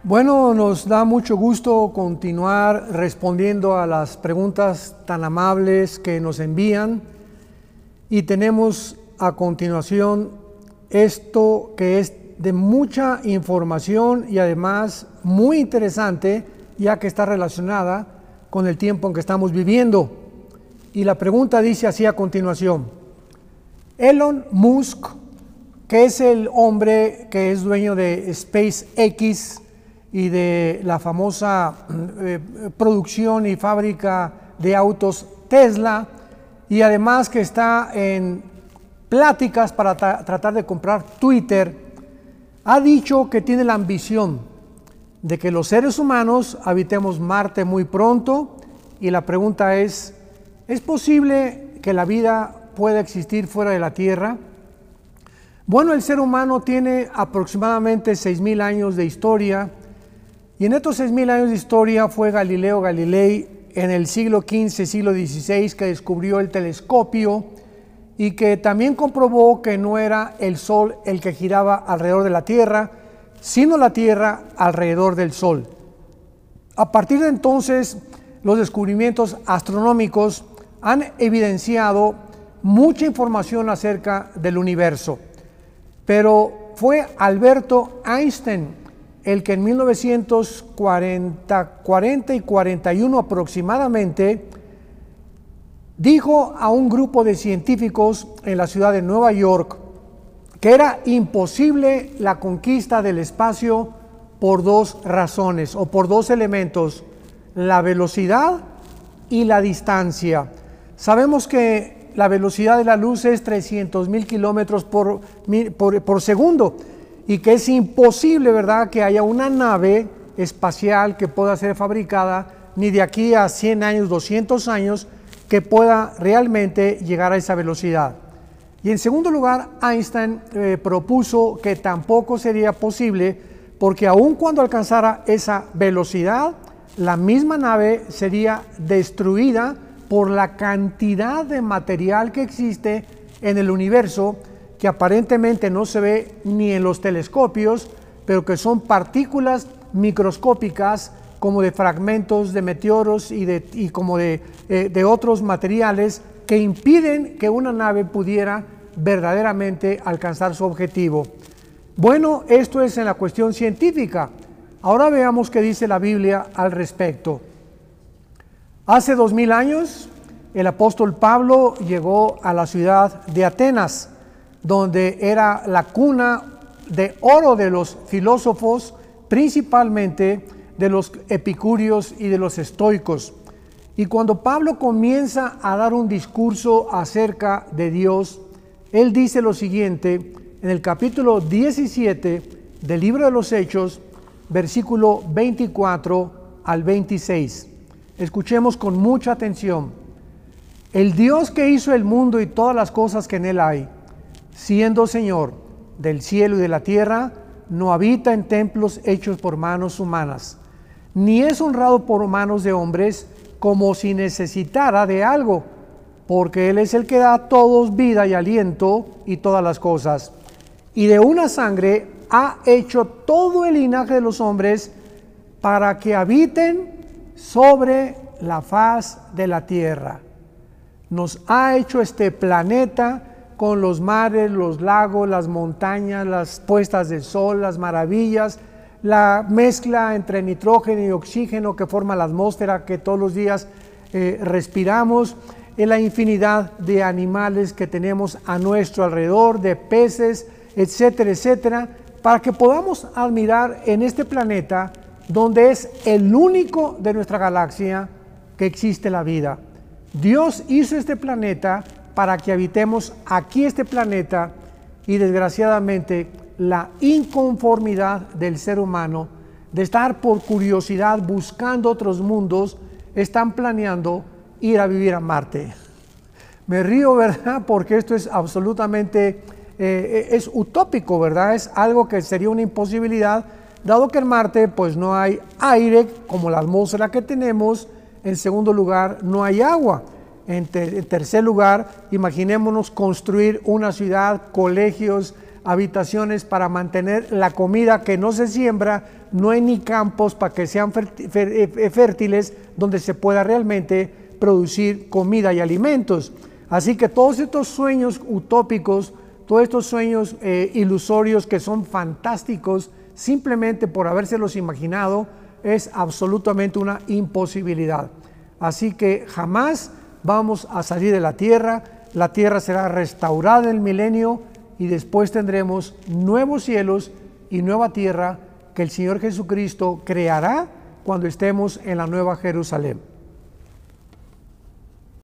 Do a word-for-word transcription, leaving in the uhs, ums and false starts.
Bueno, nos da mucho gusto continuar respondiendo a las preguntas tan amables que nos envían y tenemos a continuación esto que es de mucha información y además muy interesante, ya que está relacionada con el tiempo en que estamos viviendo. Y la pregunta dice así a continuación: Elon Musk, que es el hombre que es dueño de SpaceX y de la famosa eh, producción y fábrica de autos Tesla, y además que está en pláticas para tra- tratar de comprar Twitter, ha dicho que tiene la ambición de que los seres humanos habitemos Marte muy pronto, y la pregunta es: ¿es posible que la vida pueda existir fuera de la Tierra? Bueno, el ser humano tiene aproximadamente seis mil años de historia, y en estos seis mil años de historia fue Galileo Galilei en el siglo quince, siglo dieciséis, que descubrió el telescopio y que también comprobó que no era el Sol el que giraba alrededor de la Tierra, sino la Tierra alrededor del Sol. A partir de entonces, los descubrimientos astronómicos han evidenciado mucha información acerca del universo. Pero fue Alberto Einstein el que en mil novecientos cuarenta, cuarenta y cuarenta y uno aproximadamente dijo a un grupo de científicos en la ciudad de Nueva York que era imposible la conquista del espacio por dos razones o por dos elementos: la velocidad y la distancia. Sabemos que la velocidad de la luz es trescientos mil kilómetros por, por, por segundo, y que es imposible, ¿verdad?, que haya una nave espacial que pueda ser fabricada ni de aquí a cien años, doscientos años, que pueda realmente llegar a esa velocidad. Y en segundo lugar, Einstein eh, propuso que tampoco sería posible, porque aun cuando alcanzara esa velocidad, la misma nave sería destruida por la cantidad de material que existe en el universo, que aparentemente no se ve ni en los telescopios, pero que son partículas microscópicas como de fragmentos de meteoros y, de, y como de, eh, de otros materiales que impiden que una nave pudiera verdaderamente alcanzar su objetivo. Bueno, esto es en la cuestión científica. Ahora veamos qué dice la Biblia al respecto. Hace dos mil años, el apóstol Pablo llegó a la ciudad de Atenas, donde era la cuna de oro de los filósofos, principalmente de los epicúreos y de los estoicos. Y cuando Pablo comienza a dar un discurso acerca de Dios, él dice lo siguiente en el capítulo diecisiete del libro de los Hechos, versículo veinticuatro al veintiséis. Escuchemos con mucha atención. El Dios que hizo el mundo y todas las cosas que en él hay, siendo Señor del cielo y de la tierra, no habita en templos hechos por manos humanas, ni es honrado por manos de hombres como si necesitara de algo, porque Él es el que da a todos vida y aliento y todas las cosas. Y de una sangre ha hecho todo el linaje de los hombres para que habiten sobre la faz de la tierra. Nos ha hecho este planeta con los mares, los lagos, las montañas, las puestas del sol, las maravillas, la mezcla entre nitrógeno y oxígeno que forma la atmósfera que todos los días eh, respiramos, en la infinidad de animales que tenemos a nuestro alrededor, de peces, etcétera, etcétera, para que podamos admirar en este planeta, donde es el único de nuestra galaxia que existe la vida. Dios hizo este planeta para que habitemos aquí este planeta, y desgraciadamente la inconformidad del ser humano de estar por curiosidad buscando otros mundos, están planeando ir a vivir a Marte. Me río, ¿verdad? Porque esto es absolutamente, eh, es utópico, ¿verdad? Es algo que sería una imposibilidad, dado que en Marte pues no hay aire como la atmósfera que tenemos. En segundo lugar, no hay agua. En, ter en tercer lugar, imaginémonos construir una ciudad, colegios, habitaciones para mantener la comida que no se siembra, no hay ni campos para que sean fértiles donde se pueda realmente producir comida y alimentos. Así que todos estos sueños utópicos, todos estos sueños eh, ilusorios que son fantásticos, simplemente por habérselos imaginado, es absolutamente una imposibilidad. Así que jamás vamos a salir de la tierra, la tierra será restaurada en el milenio y después tendremos nuevos cielos y nueva tierra que el Señor Jesucristo creará cuando estemos en la Nueva Jerusalén.